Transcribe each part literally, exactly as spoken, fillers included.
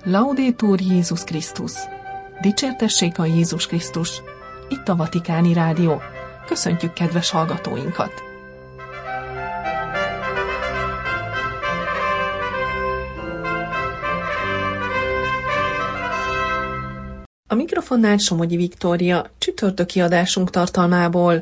Laudetur Jézus Krisztus! Dicsértessék a Jézus Krisztus! Itt a Vatikáni Rádió. Köszöntjük kedves hallgatóinkat! A mikrofonnál Somogyi Viktória, csütörtöki adásunk tartalmából.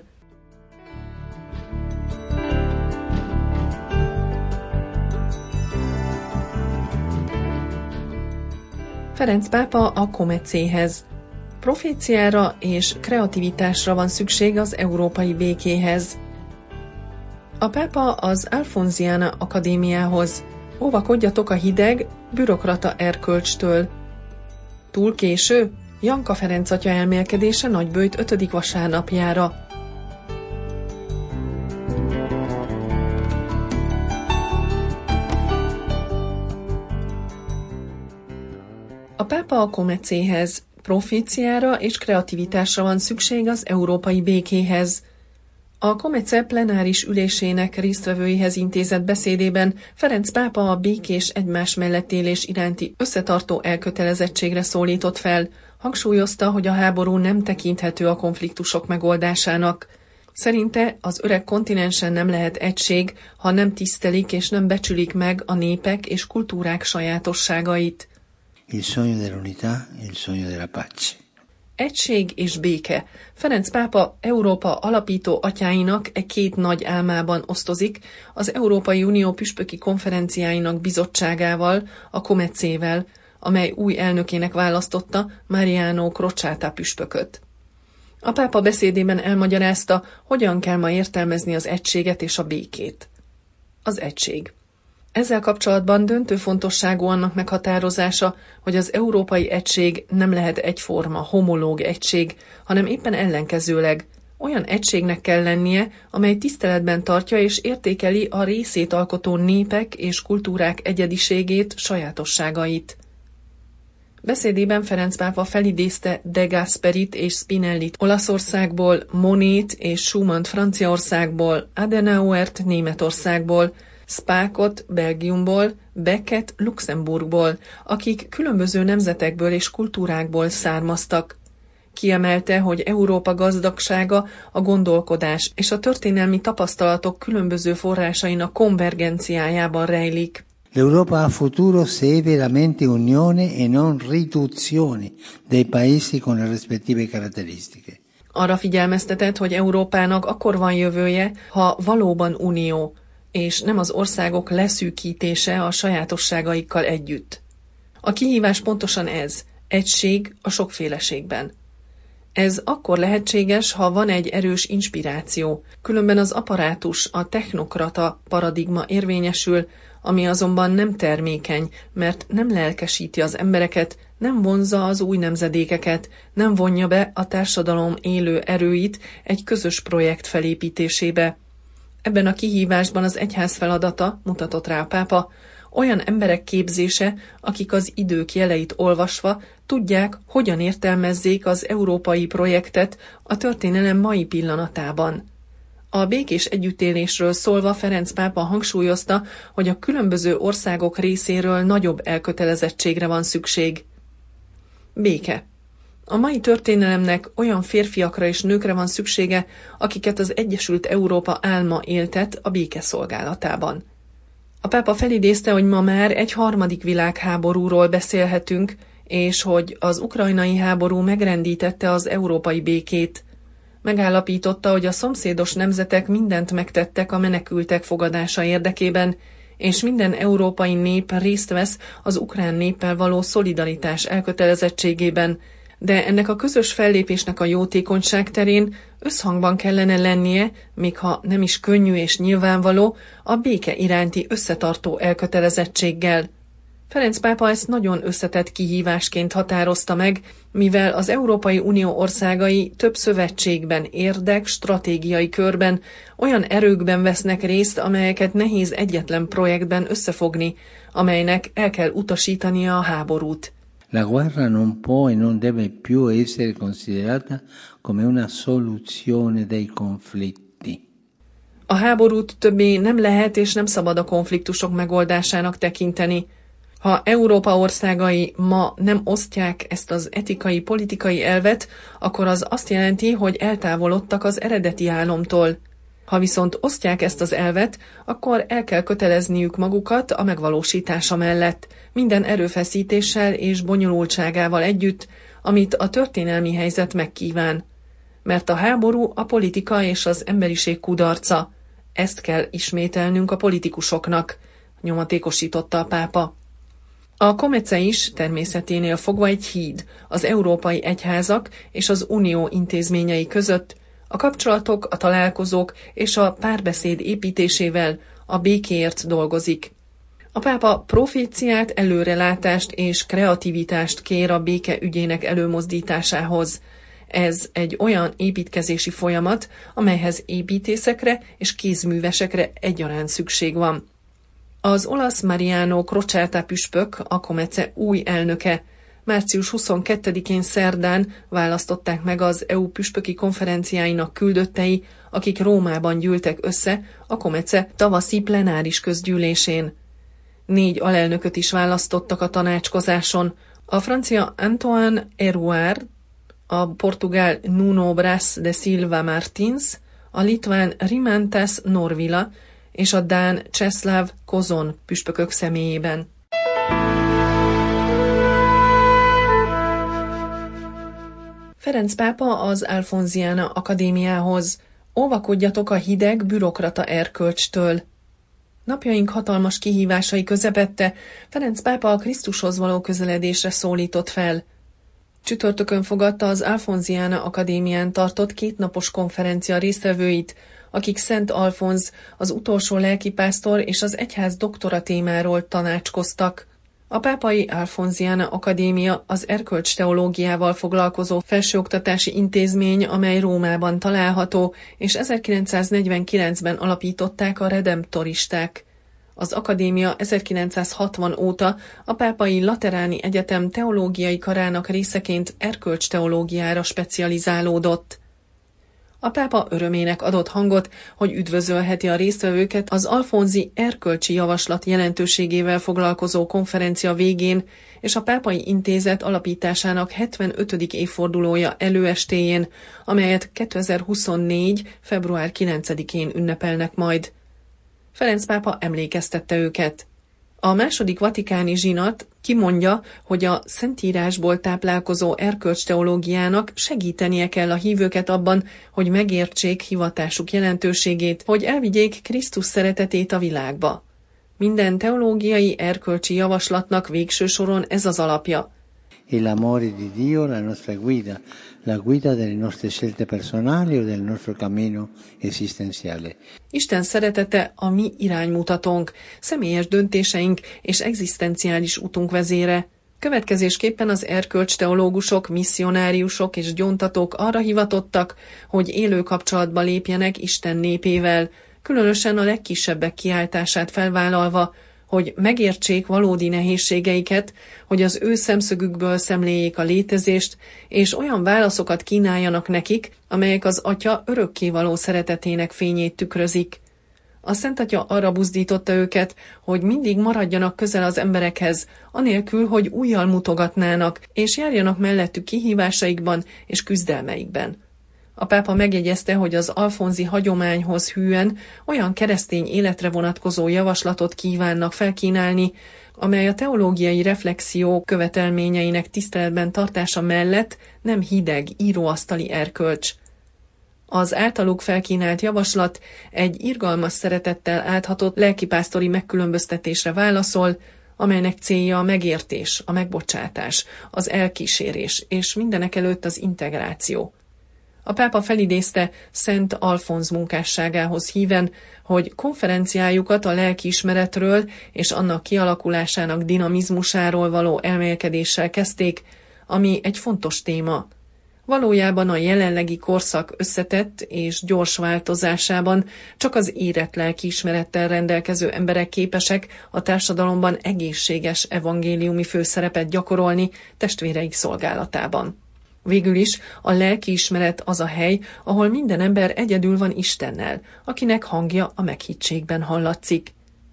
Ferenc pápa a Comecéhez. Proféciára és kreativitásra van szükség az európai békéhez. A pápa az Alfonsiana Akadémiához. Óvakodjatok a hideg, bürokrata erkölcstől. Túl késő? Janka Ferenc atya elmélkedése Nagyböjt ötödik vasárnapjára. A pápa a Comecéhez. Proféciára és kreativitásra van szükség az európai békéhez. A Comece plenáris ülésének résztvevőihez intézett beszédében Ferenc pápa a békés egymás mellett élés iránti összetartó elkötelezettségre szólított fel, hangsúlyozta, hogy a háború nem tekinthető a konfliktusok megoldásának. Szerinte az öreg kontinensen nem lehet egység, ha nem tisztelik és nem becsülik meg a népek és kultúrák sajátosságait. Il sogno dell'unità, il sogno della pace. Egység és béke. Ferenc pápa Európa alapító atyáinak e két nagy álmában osztozik, az Európai Unió püspöki konferenciáinak bizottságával, a Comecével, amely új elnökének választotta Mariano Crociata püspököt. A pápa beszédében elmagyarázta, hogyan kell ma értelmezni az egységet és a békét. Az egység. Ezzel kapcsolatban döntő fontosságú annak meghatározása, hogy az európai egység nem lehet egyforma, homológ egység, hanem éppen ellenkezőleg. Olyan egységnek kell lennie, amely tiszteletben tartja és értékeli a részét alkotó népek és kultúrák egyediségét, sajátosságait. Beszédében Ferenc pápa felidézte De Gasperit és Spinellit Olaszországból, Monet és Schumann Franciaországból, Adenauert Németországból, Spákot Belgiumból, Becket Luxemburgból, akik különböző nemzetekből és kultúrákból származtak. Kiemelte, hogy Európa gazdagsága a gondolkodás és a történelmi tapasztalatok különböző forrásainak konvergenciájában rejlik. L'Europa ha futuro se è veramente unione e non riduzione dei paesi con le rispettive caratteristiche. Arra figyelmeztetett, hogy Európának akkor van jövője, ha valóban unió, és nem az országok leszűkítése a sajátosságaikkal együtt. A kihívás pontosan ez, egység a sokféleségben. Ez akkor lehetséges, ha van egy erős inspiráció, különben az apparátus, a technokrata paradigma érvényesül, ami azonban nem termékeny, mert nem lelkesíti az embereket, nem vonzza az új nemzedékeket, nem vonja be a társadalom élő erőit egy közös projekt felépítésébe. Ebben a kihívásban az egyház feladata, mutatott rá a pápa, olyan emberek képzése, akik az idők jeleit olvasva tudják, hogyan értelmezzék az európai projektet a történelem mai pillanatában. A békés együttélésről szólva Ferenc pápa hangsúlyozta, hogy a különböző országok részéről nagyobb elkötelezettségre van szükség. Béke. A mai történelemnek olyan férfiakra és nőkre van szüksége, akiket az Egyesült Európa álma éltet a béke szolgálatában. A pápa felidézte, hogy ma már egy harmadik világháborúról beszélhetünk, és hogy az ukrajnai háború megrendítette az európai békét. Megállapította, hogy a szomszédos nemzetek mindent megtettek a menekültek fogadása érdekében, és minden európai nép részt vesz az ukrán néppel való szolidaritás elkötelezettségében, de ennek a közös fellépésnek a jótékonyság terén összhangban kellene lennie, még ha nem is könnyű és nyilvánvaló, a béke iránti összetartó elkötelezettséggel. Ferenc pápa ezt nagyon összetett kihívásként határozta meg, mivel az Európai Unió országai több szövetségben, érdek, stratégiai körben, olyan erőkben vesznek részt, amelyeket nehéz egyetlen projektben összefogni, amelynek el kell utasítania a háborút. La guerra non può e non deve più essere considerata come una soluzione dei conflitti. A háborút többé nem lehet és nem szabad a konfliktusok megoldásának tekinteni. Ha Európa országai ma nem osztják ezt az etikai, politikai elvet, akkor az azt jelenti, hogy eltávolodtak az eredeti álomtól. Ha viszont osztják ezt az elvet, akkor el kell kötelezniük magukat a megvalósítása mellett, minden erőfeszítéssel és bonyolultságával együtt, amit a történelmi helyzet megkíván. Mert a háború a politika és az emberiség kudarca. Ezt kell ismételnünk a politikusoknak, nyomatékosította a pápa. A Comece is természeténél fogva egy híd az európai egyházak és az unió intézményei között, a kapcsolatok, a találkozók és a párbeszéd építésével a békéért dolgozik. A pápa proféciát, előrelátást és kreativitást kér a béke ügyének előmozdításához. Ez egy olyan építkezési folyamat, amelyhez építészekre és kézművesekre egyaránt szükség van. Az olasz Mariano Crociata püspök, a Comece új elnöke. március huszonkettedikén szerdán választották meg az é u püspöki konferenciáinak küldöttei, akik Rómában gyűltek össze a Comece tavaszi plenáris közgyűlésén. Négy alelnököt is választottak a tanácskozáson. A francia Antoine Hérouard, a portugál Nuno Braz de Silva Martins, a litván Rimantas Norvila és a dán Czesław Kozon püspökök személyében. Ferenc pápa az Alfonsiana Akadémiához. Óvakodjatok a hideg bürokrata erkölcstől. Napjaink hatalmas kihívásai közepette Ferenc pápa a Krisztushoz való közeledésre szólított fel. Csütörtökön fogadta az Alfonsiana Akadémián tartott kétnapos konferencia résztvevőit, akik Szent Alfonz, az utolsó lelkipásztor és az egyház doktora témáról tanácskoztak. A pápai Alfonsiana Akadémia az erkölcsteológiával foglalkozó felsőoktatási intézmény, amely Rómában található, és ezerkilencszáznegyvenkilencben alapították a redemptoristák. Az akadémia ezerkilencszázhatvan óta a Pápai Lateráni Egyetem teológiai karának részeként erkölcsteológiára specializálódott. A pápa örömének adott hangot, hogy üdvözölheti a résztvevőket az alfonzi erkölcsi javaslat jelentőségével foglalkozó konferencia végén, és a Pápai Intézet alapításának hetvenötödik évfordulója előestéjén, amelyet kétezer-huszonnégy. február kilencedikén ünnepelnek majd. Ferenc pápa emlékeztette őket. A második vatikáni zsinat kimondja, hogy a Szentírásból táplálkozó erkölcsteológiának segítenie kell a hívőket abban, hogy megértsék hivatásuk jelentőségét, hogy elvigyék Krisztus szeretetét a világba. Minden teológiai erkölcsi javaslatnak végső soron ez az alapja. E l'amore di Dio la nostra guida, la guida delle nostre scelte personali o del nostro cammino esistenziale. Isten szeretete a mi iránymutatónk, személyes döntéseink és egzisztenciális utunk vezére. Következésképpen az erkölcsteológusok, misszionáriusok és gyóntatók arra hivatottak, hogy élő kapcsolatba lépjenek Isten népével, különösen a legkisebbek kiáltását felvállalva, hogy megértsék valódi nehézségeiket, hogy az ő szemszögükből szemléljék a létezést, és olyan válaszokat kínáljanak nekik, amelyek az Atya örökkévaló szeretetének fényét tükrözik. A Szent Atya arra buzdította őket, hogy mindig maradjanak közel az emberekhez, anélkül, hogy ujjal mutogatnának, és járjanak mellettük kihívásaikban és küzdelmeikben. A pápa megjegyezte, hogy az alfonzi hagyományhoz hűen olyan keresztény életre vonatkozó javaslatot kívánnak felkínálni, amely a teológiai reflexió követelményeinek tiszteletben tartása mellett nem hideg, íróasztali erkölcs. Az általuk felkínált javaslat egy irgalmas szeretettel áthatott lelkipásztori megkülönböztetésre válaszol, amelynek célja a megértés, a megbocsátás, az elkísérés és mindenekelőtt az integráció. A pápa felidézte Szent Alfonz munkásságához híven, hogy konferenciájukat a lelkiismeretről és annak kialakulásának dinamizmusáról való elmélkedéssel kezdték, ami egy fontos téma. Valójában a jelenlegi korszak összetett és gyors változásában csak az érett lelkiismerettel rendelkező emberek képesek a társadalomban egészséges evangéliumi főszerepet gyakorolni testvéreik szolgálatában. Végül is a lelkiismeret az a hely, ahol minden ember egyedül van Istennel, akinek hangja a meghittségben hallatszik.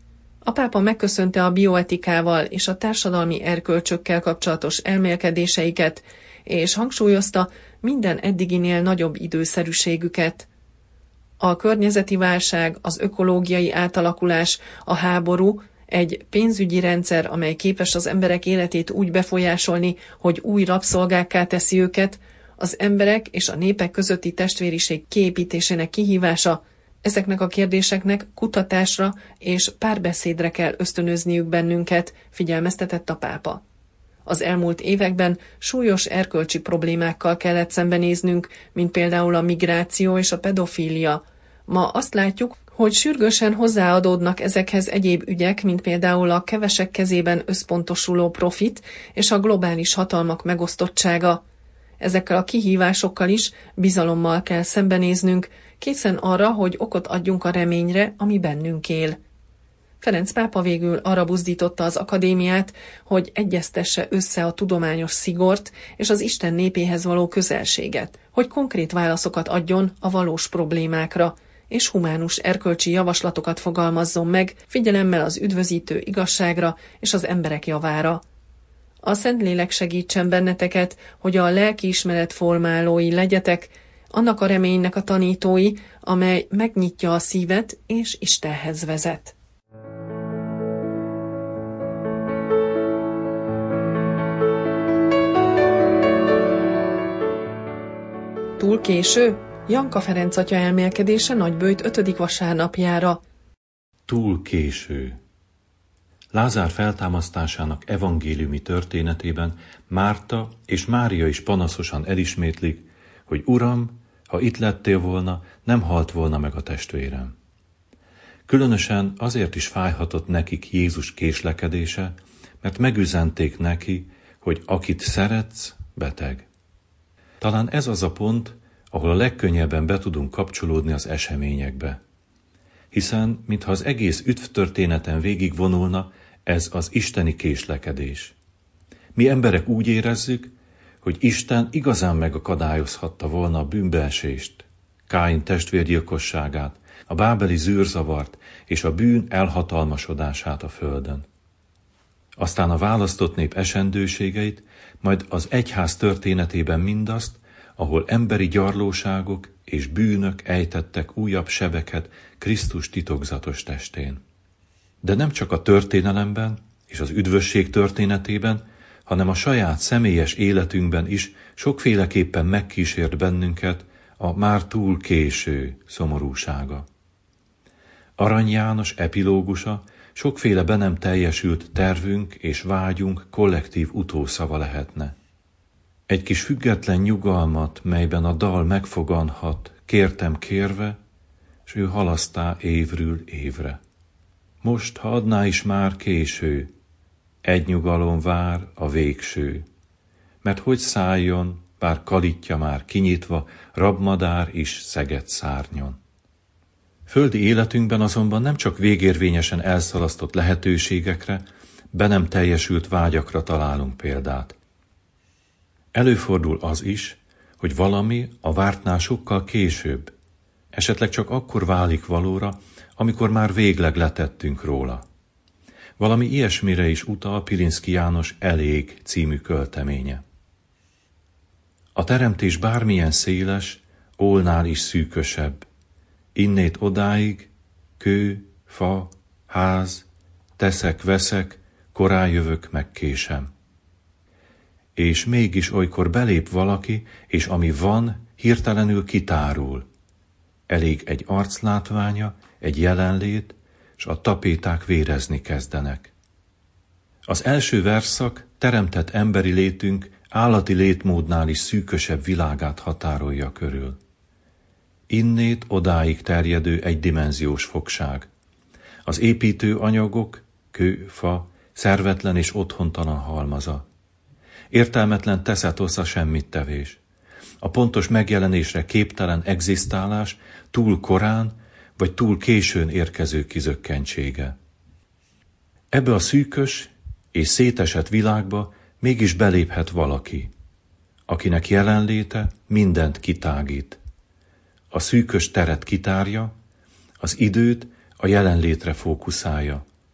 A pápa megköszönte a bioetikával és a társadalmi erkölcsökkel kapcsolatos elmélkedéseiket, és hangsúlyozta minden eddiginél nagyobb időszerűségüket. A környezeti válság, az ökológiai átalakulás, a háború, egy pénzügyi rendszer, amely képes az emberek életét úgy befolyásolni, hogy új rabszolgákká teszi őket, az emberek és a népek közötti testvériség kiépítésének kihívása, ezeknek a kérdéseknek kutatásra és párbeszédre kell ösztönözniük bennünket, figyelmeztetett a pápa. Az elmúlt években súlyos erkölcsi problémákkal kellett szembenéznünk, mint például a migráció és a pedofília. Ma azt látjuk, hogy sürgősen hozzáadódnak ezekhez egyéb ügyek, mint például a kevesek kezében összpontosuló profit és a globális hatalmak megosztottsága. Ezekkel a kihívásokkal is bizalommal kell szembenéznünk, készen arra, hogy okot adjunk a reményre, ami bennünk él. Ferenc pápa végül arra buzdította az akadémiát, hogy egyeztesse össze a tudományos szigort és az Isten népéhez való közelséget, hogy konkrét válaszokat adjon a valós problémákra, és humánus erkölcsi javaslatokat fogalmazzon meg, figyelemmel az üdvözítő igazságra és az emberek javára. A Szentlélek segítsen benneteket, hogy a lelkiismeret formálói legyetek, annak a reménynek a tanítói, amely megnyitja a szívet és Istenhez vezet. Túl késő? Janka Ferenc atya elmélkedése Nagyböjt ötödik vasárnapjára. Túl késő. Lázár feltámasztásának evangéliumi történetében Márta és Mária is panaszosan elismétlik, hogy Uram, ha itt lettél volna, nem halt volna meg a testvérem. Különösen azért is fájhatott nekik Jézus késlekedése, mert megüzenték neki, hogy akit szeretsz, beteg. Talán ez az a pont, ahol a legkönnyebben be tudunk kapcsolódni az eseményekbe. Hiszen, mintha az egész üdvtörténeten végigvonulna, ez az isteni késlekedés. Mi emberek úgy érezzük, hogy Isten igazán megakadályozhatta volna a bűnbeesést, Káin testvérgyilkosságát, a bábeli zűrzavart és a bűn elhatalmasodását a földön. Aztán a választott nép esendőségeit, majd az egyház történetében mindazt, ahol emberi gyarlóságok és bűnök ejtettek újabb sebeket Krisztus titokzatos testén. De nem csak a történelemben és az üdvösség történetében, hanem a saját személyes életünkben is sokféleképpen megkísért bennünket a már túl késő szomorúsága. Arany János epilógusa sokféle be nem teljesült tervünk és vágyunk kollektív utószava lehetne. Egy kis független nyugalmat, melyben a dal megfoganhat, kértem kérve, s ő halasztá évről évre. Most, ha adná is már késő, egy nyugalom vár a végső, mert hogy szálljon, bár kalitja már kinyitva, rabmadár is szegett szárnyon. Földi életünkben azonban nem csak végérvényesen elszalasztott lehetőségekre, be nem teljesült vágyakra találunk példát. Előfordul az is, hogy valami a vártnál sokkal később, esetleg csak akkor válik valóra, amikor már végleg letettünk róla. Valami ilyesmire is utal Pilinszky János Elég című költeménye. A teremtés bármilyen széles, ólnál is szűkösebb. Innét odáig, kő, fa, ház, teszek, veszek, korán jövök, megkésem. És mégis olykor belép valaki, és ami van, hirtelenül kitárul. Elég egy arclátványa, egy jelenlét, s a tapéták vérezni kezdenek. Az első versszak teremtett emberi létünk állati létmódnál is szűkösebb világát határolja körül. Innét odáig terjedő egydimenziós fogság. Az építő anyagok, kő, fa, szervetlen és otthontalan halmaza. Értelmetlen teszetosza semmittevés. A pontos megjelenésre képtelen egzisztálás túl korán vagy túl későn érkező kizökkentsége. Ebbe a szűkös és szétesett világba mégis beléphet valaki, akinek jelenléte mindent kitágít. A szűkös teret kitárja, az időt a jelenlétre fókuszálja,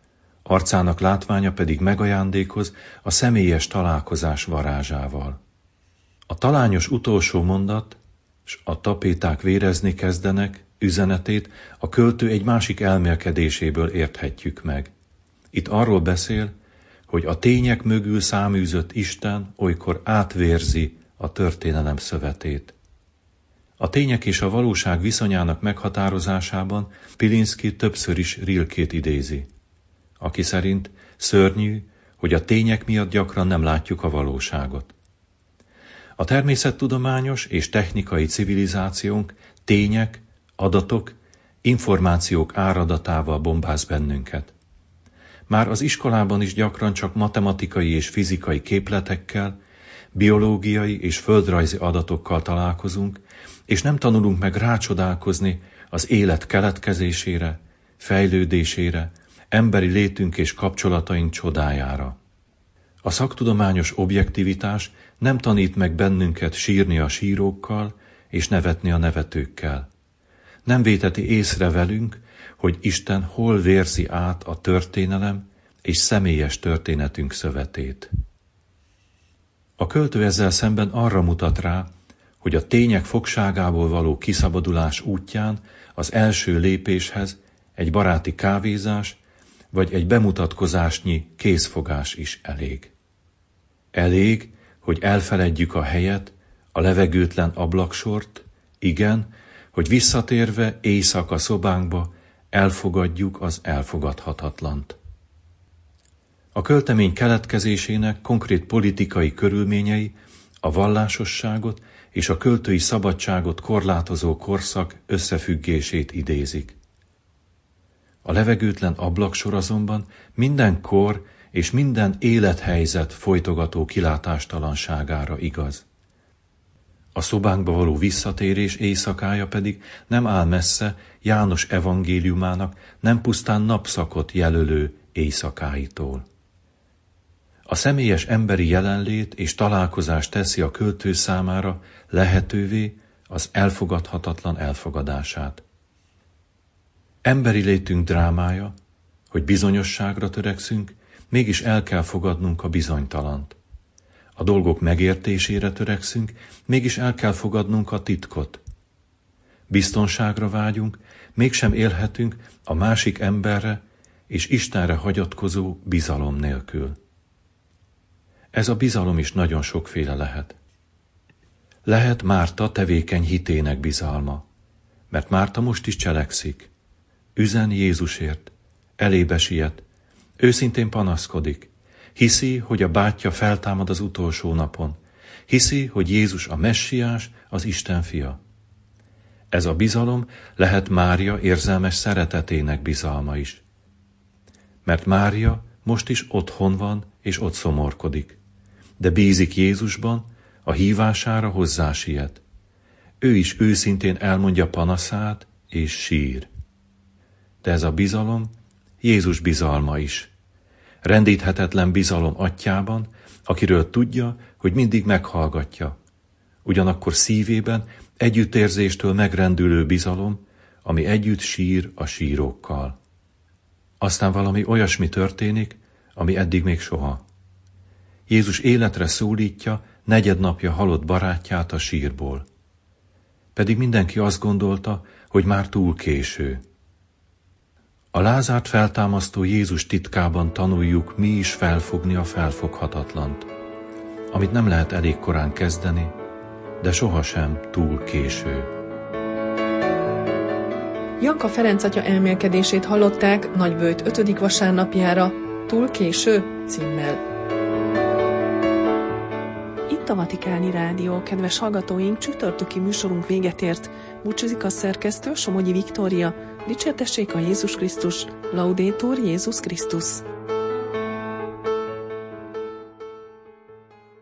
harcának látványa pedig megajándékoz a személyes találkozás varázsával. A talányos utolsó mondat, s a tapéták vérezni kezdenek üzenetét a költő egy másik elmélkedéséből érthetjük meg. Itt arról beszél, hogy a tények mögül száműzött Isten olykor átvérzi a történelem szövetét. A tények és a valóság viszonyának meghatározásában Pilinszky többször is Rilkét idézi, aki szerint szörnyű, hogy a tények miatt gyakran nem látjuk a valóságot. A természettudományos és technikai civilizációnk tények, adatok, információk áradatával bombáz bennünket. Már az iskolában is gyakran csak matematikai és fizikai képletekkel, biológiai és földrajzi adatokkal találkozunk, és nem tanulunk meg rácsodálkozni az élet keletkezésére, fejlődésére, emberi létünk és kapcsolataink csodájára. A szaktudományos objektivitás nem tanít meg bennünket sírni a sírókkal és nevetni a nevetőkkel. Nem véteti észre velünk, hogy Isten hol vérzi át a történelem és személyes történetünk szövetét. A költő ezzel szemben arra mutat rá, hogy a tények fogságából való kiszabadulás útján az első lépéshez egy baráti kávézás vagy egy bemutatkozásnyi kézfogás is elég. Elég, hogy elfeledjük a helyet, a levegőtlen ablaksort, igen, hogy visszatérve éjszaka szobánkba elfogadjuk az elfogadhatatlant. A költemény keletkezésének konkrét politikai körülményei a vallásosságot és a költői szabadságot korlátozó korszak összefüggését idézik. A levegőtlen ablaksor azonban minden kor és minden élethelyzet folytogató kilátástalanságára igaz. A szobánkba való visszatérés éjszakája pedig nem áll messze János evangéliumának nem pusztán napszakot jelölő éjszakáitól. A személyes emberi jelenlét és találkozás teszi a költő számára lehetővé az elfogadhatatlan elfogadását. Emberi létünk drámája, hogy bizonyosságra törekszünk, mégis el kell fogadnunk a bizonytalant. A dolgok megértésére törekszünk, mégis el kell fogadnunk a titkot. Biztonságra vágyunk, mégsem élhetünk a másik emberre és Istenre hagyatkozó bizalom nélkül. Ez a bizalom is nagyon sokféle lehet. Lehet Márta tevékeny hitének bizalma, mert Márta most is cselekszik. Üzen Jézusért, elébe siet, őszintén panaszkodik, hiszi, hogy a bátyja feltámad az utolsó napon, hiszi, hogy Jézus a messiás, az Isten fia. Ez a bizalom lehet Mária érzelmes szeretetének bizalma is. Mert Mária most is otthon van és ott szomorkodik, de bízik Jézusban, a hívására hozzá siet. Ő is őszintén elmondja panaszát és sír. De ez a bizalom Jézus bizalma is. Rendíthetetlen bizalom atyában, akiről tudja, hogy mindig meghallgatja. Ugyanakkor szívében együttérzéstől megrendülő bizalom, ami együtt sír a sírókkal. Aztán valami olyasmi történik, ami eddig még soha. Jézus életre szólítja negyednapja halott barátját a sírból. Pedig mindenki azt gondolta, hogy már túl késő. A Lázárt feltámasztó Jézus titkában tanuljuk mi is felfogni a felfoghatatlant, amit nem lehet elég korán kezdeni, de sohasem túl késő. Janka Ferenc atya elmélkedését hallották Nagyböjt ötödik vasárnapjára, Túl késő címmel. Itt a Vatikáni Rádió, kedves hallgatóink, csütörtöki műsorunk véget ért. Búcsúzik a szerkesztő, Somogyi Viktória. Dicsértessék a Jézus Krisztus, Laudetur Jézus Krisztus.